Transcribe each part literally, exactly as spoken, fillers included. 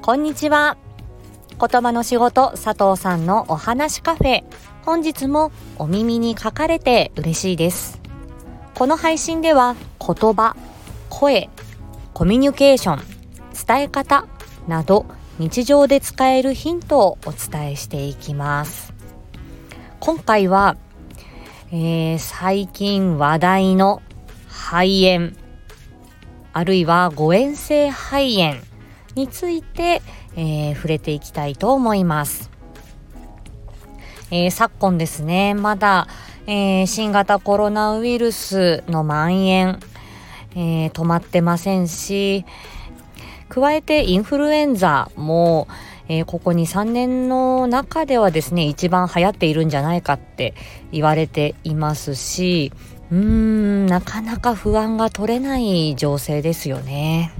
こんにちは。言葉の仕事佐藤さんのお話カフェ、本日もお耳に書かれて嬉しいです。この配信では言葉、声、コミュニケーション、伝え方など日常で使えるヒントをお伝えしていきます。今回は、えー、最近話題の肺炎あるいは誤嚥性肺炎について、えー、触れていきたいと思います。えー、昨今ですね、まだ、えー、新型コロナウイルスの蔓延、えー、止まってませんし、加えてインフルエンザも、えー、ここ にさんねんの中ではですね一番流行っているんじゃないかって言われていますし、うーんなかなか不安が取れない情勢ですよね。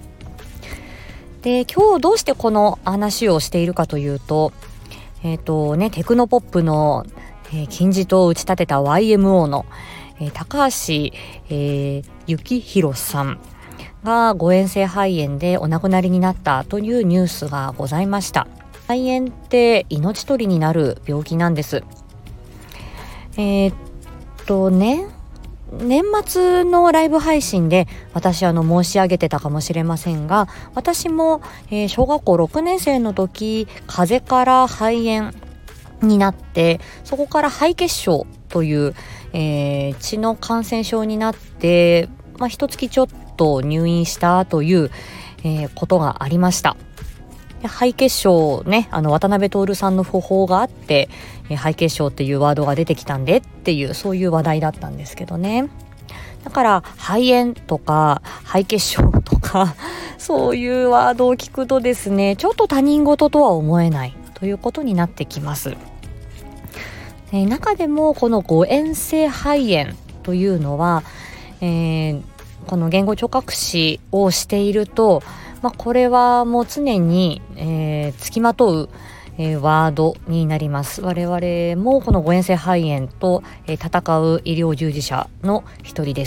で、今日どうしてこの話をしているかというと、えっとね、テクノポップの、えー、金字塔を打ち立てた ワイエムオー の、えー、高橋、えー、幸宏さんが誤嚥性肺炎でお亡くなりになったというニュースがございました。肺炎って命取りになる病気なんです。えー、っとね年末のライブ配信で私あの申し上げてたかもしれませんが、私も、えー、小学校ろくねん生の時風邪から肺炎になって、そこから肺血症という、えー、血の感染症になって、まあ、一月ちょっと入院したという、えー、ことがありました。肺血症ね、あの渡辺徹さんの訃報があって、えー、肺血症っていうワードが出てきたんでっていう、そういう話題だったんですけどね。だから肺炎とか肺血症とかそういうワードを聞くとですね、ちょっと他人事とは思えないということになってきます。えー、中でもこの誤嚥性肺炎というのは、えー、この言語聴覚士をしていると、まあ、これはもう常に、えー、つきまとう、えー、ワードになります。我々もこの誤嚥性肺炎と、えー、戦う医療従事者の一人です。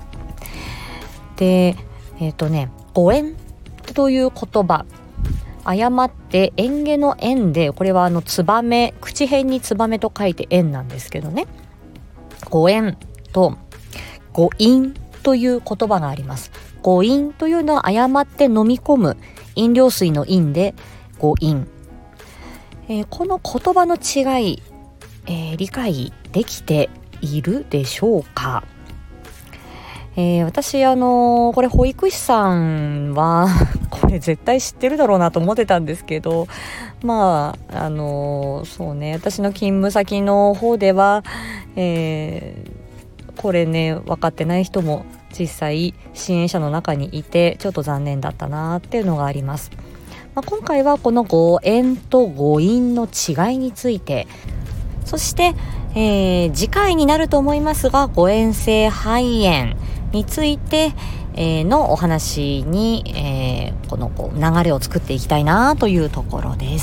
で、えっとね、誤嚥という言葉、誤って嚥下の嚥で、これはあのツバメ、口辺にツバメと書いて嚥なんですけどね、誤嚥と誤飲という言葉があります。誤飲というのは誤って飲み込む飲料水の飲で誤飲、えー、この言葉の違い、えー、理解できているでしょうか。えー、私あのー、これ保育士さんはこれ絶対知ってるだろうなと思ってたんですけど、まああのー、そうね、私の勤務先の方では、えー、これね分かってない人も実際支援者の中にいて、ちょっと残念だったなっていうのがあります。まあ、今回はこの誤嚥と誤飲の違いについて、そして、えー、次回になると思いますが誤嚥性肺炎について、えー、のお話に、えー、このこう流れを作っていきたいなというところです。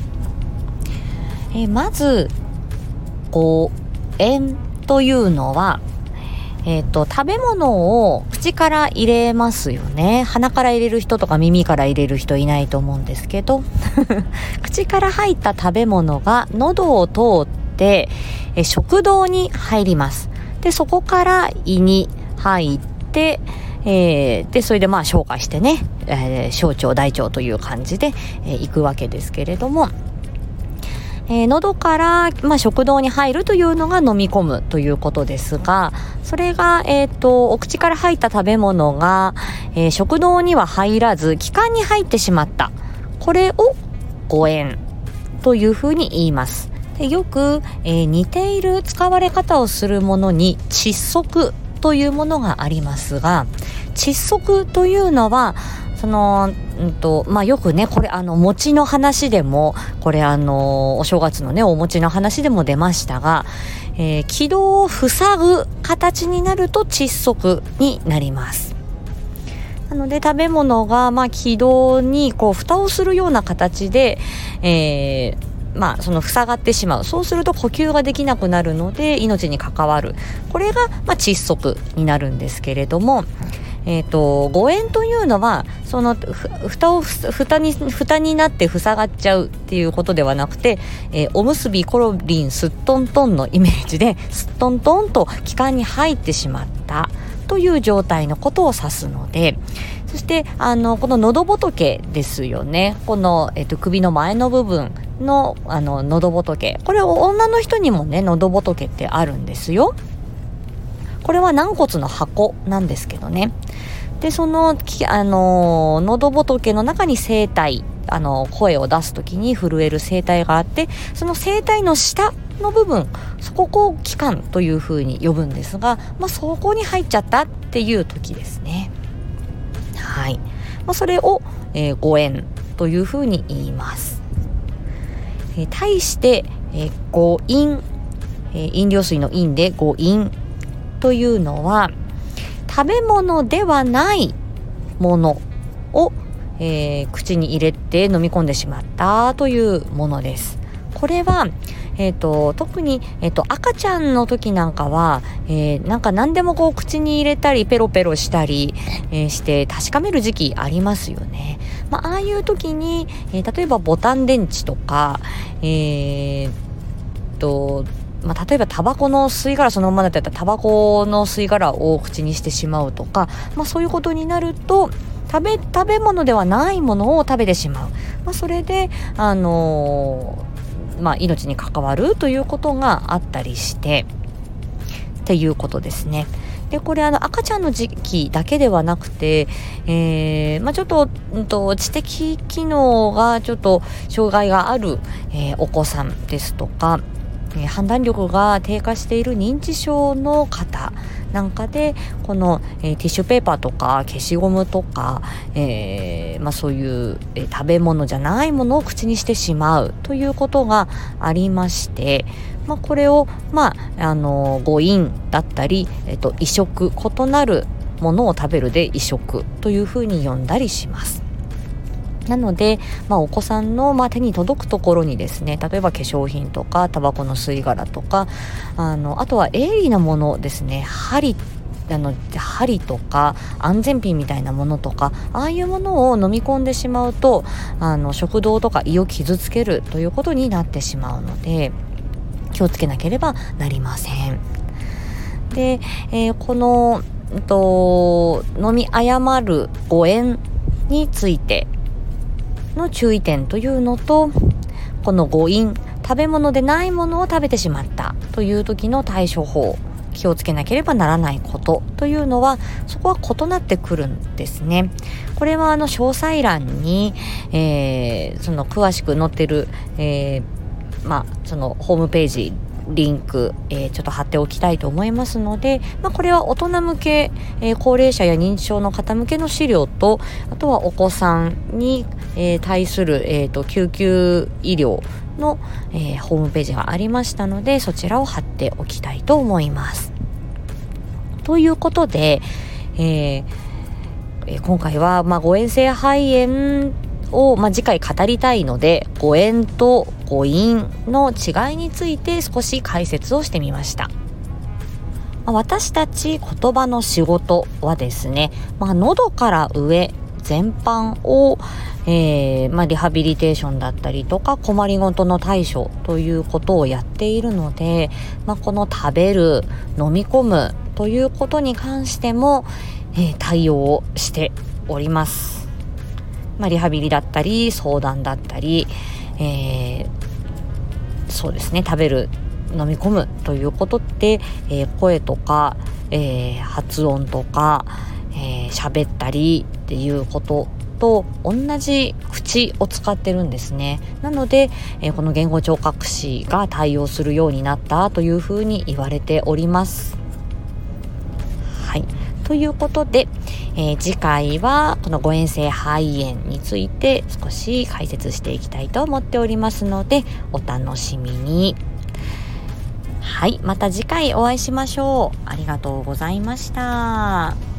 えー、まず誤嚥というのは、えーと、食べ物を口から入れますよね。鼻から入れる人とか耳から入れる人いないと思うんですけど口から入った食べ物が喉を通ってえ食道に入ります。で、そこから胃に入って、えー、でそれでまあ消化してね、えー、小腸大腸という感じで、えー、いくわけですけれども、えー、喉から、まあ、食道に入るというのが飲み込むということですが、それが、えーと、お口から入った食べ物が、えー、食道には入らず気管に入ってしまった、これを誤嚥というふうに言います。で、よく、えー、似ている使われ方をするものに窒息というものがありますが、窒息というのはその、うんとまあ、よくね、これあの餅の話でも、これあのお正月のねお餅の話でも出ましたが、えー、気道を塞ぐ形になると窒息になります。なので食べ物が、まあ、気道にこう蓋をするような形で、えーまあ、その塞がってしまう。そうすると呼吸ができなくなるので命に関わる。これが、まあ、窒息になるんですけれども、 えーと、誤嚥というのはそのふ蓋を蓋に蓋になって塞がっちゃうっていうことではなくて、えー、おむすびコロリンすっとんとんのイメージですっとんとんと気管に入ってしまったという状態のことを指すので、そしてあのこの喉仏ですよね。この、えーと、首の前の部分のあの喉仏、これ女の人にもね喉仏ってあるんですよ。これは軟骨の箱なんですけどね。でそのあの喉仏の中に声帯、あの声を出すときに震える声帯があって、その声帯の下の部分、そこを気管というふうに呼ぶんですが、まあ、そこに入っちゃったっていう時ですね。はい、まあ、それを、えー、誤嚥というふうに言います。えー、対して、えー、誤飲、えー、飲料水の飲で誤飲というのは、食べ物ではないものを、えー、口に入れて飲み込んでしまったというものです。これは、えーと、特に、えーと、赤ちゃんの時なんかは、えー、なんか何でもこう口に入れたりペロペロしたり、えー、して確かめる時期ありますよね。まあ、ああいう時に、えー、例えばボタン電池とか、えーとまあ、例えばタバコの吸い殻そのままだったらタバコの吸い殻を口にしてしまうとか、まあ、そういうことになると食べ、食べ物ではないものを食べてしまう、まあ、それで、あのーまあ、命に関わるということがあったりしてっていうことですね。でこれあの赤ちゃんの時期だけではなくて、えーまあ、ちょっと、うんと、知的機能がちょっと障害がある、えー、お子さんですとか、判断力が低下している認知症の方なんかで、この、えー、ティッシュペーパーとか消しゴムとか、えーまあ、そういう、えー、食べ物じゃないものを口にしてしまうということがありまして、まあ、これを、まあ、あの誤飲だったり、えーと、異食、異なるものを食べるで異食というふうに呼んだりします。なので、まあ、お子さんの、まあ、手に届くところにですね、例えば化粧品とかタバコの吸い殻とか、あのあとは鋭利なものですね、針あの針とか安全ピンみたいなものとか、ああいうものを飲み込んでしまうと、あの食道とか胃を傷つけるということになってしまうので、気をつけなければなりません。で、えー、この、うんと、飲み誤る誤嚥についての注意点というのと、この誤飲、食べ物でないものを食べてしまったという時の対処法、気をつけなければならないことというのは、そこは異なってくるんですね。これはあの詳細欄に、えー、その詳しく載ってる、えー、まあそのホームページリンク、えー、ちょっと貼っておきたいと思いますので、まあ、これは大人向け、えー、高齢者や認知症の方向けの資料と、あとはお子さんに、えー、対する、えーと、救急医療の、えー、ホームページがありましたので、そちらを貼っておきたいと思います。ということで、えー、今回は、まあ、誤嚥性肺炎を、まあ、次回語りたいので、誤嚥と誤飲の違いについて少し解説をしてみました。まあ、私たち言葉の仕事はですね、まあ、喉から上全般を、えーまあ、リハビリテーションだったりとか困りごとの対処ということをやっているので、まあ、この食べる、飲み込むということに関しても、えー、対応をしております。まあ、リハビリだったり相談だったり、えー、そうですね、食べる、飲み込むということって、えー、声とか、えー、発音とか、えー、喋ったりっていうことと同じ口を使ってるんですね。なので、えー、この言語聴覚士が対応するようになったというふうに言われております。はい、ということで、えー、次回はこの誤嚥性肺炎について少し解説していきたいと思っておりますので、お楽しみに。はい、また次回お会いしましょう。ありがとうございました。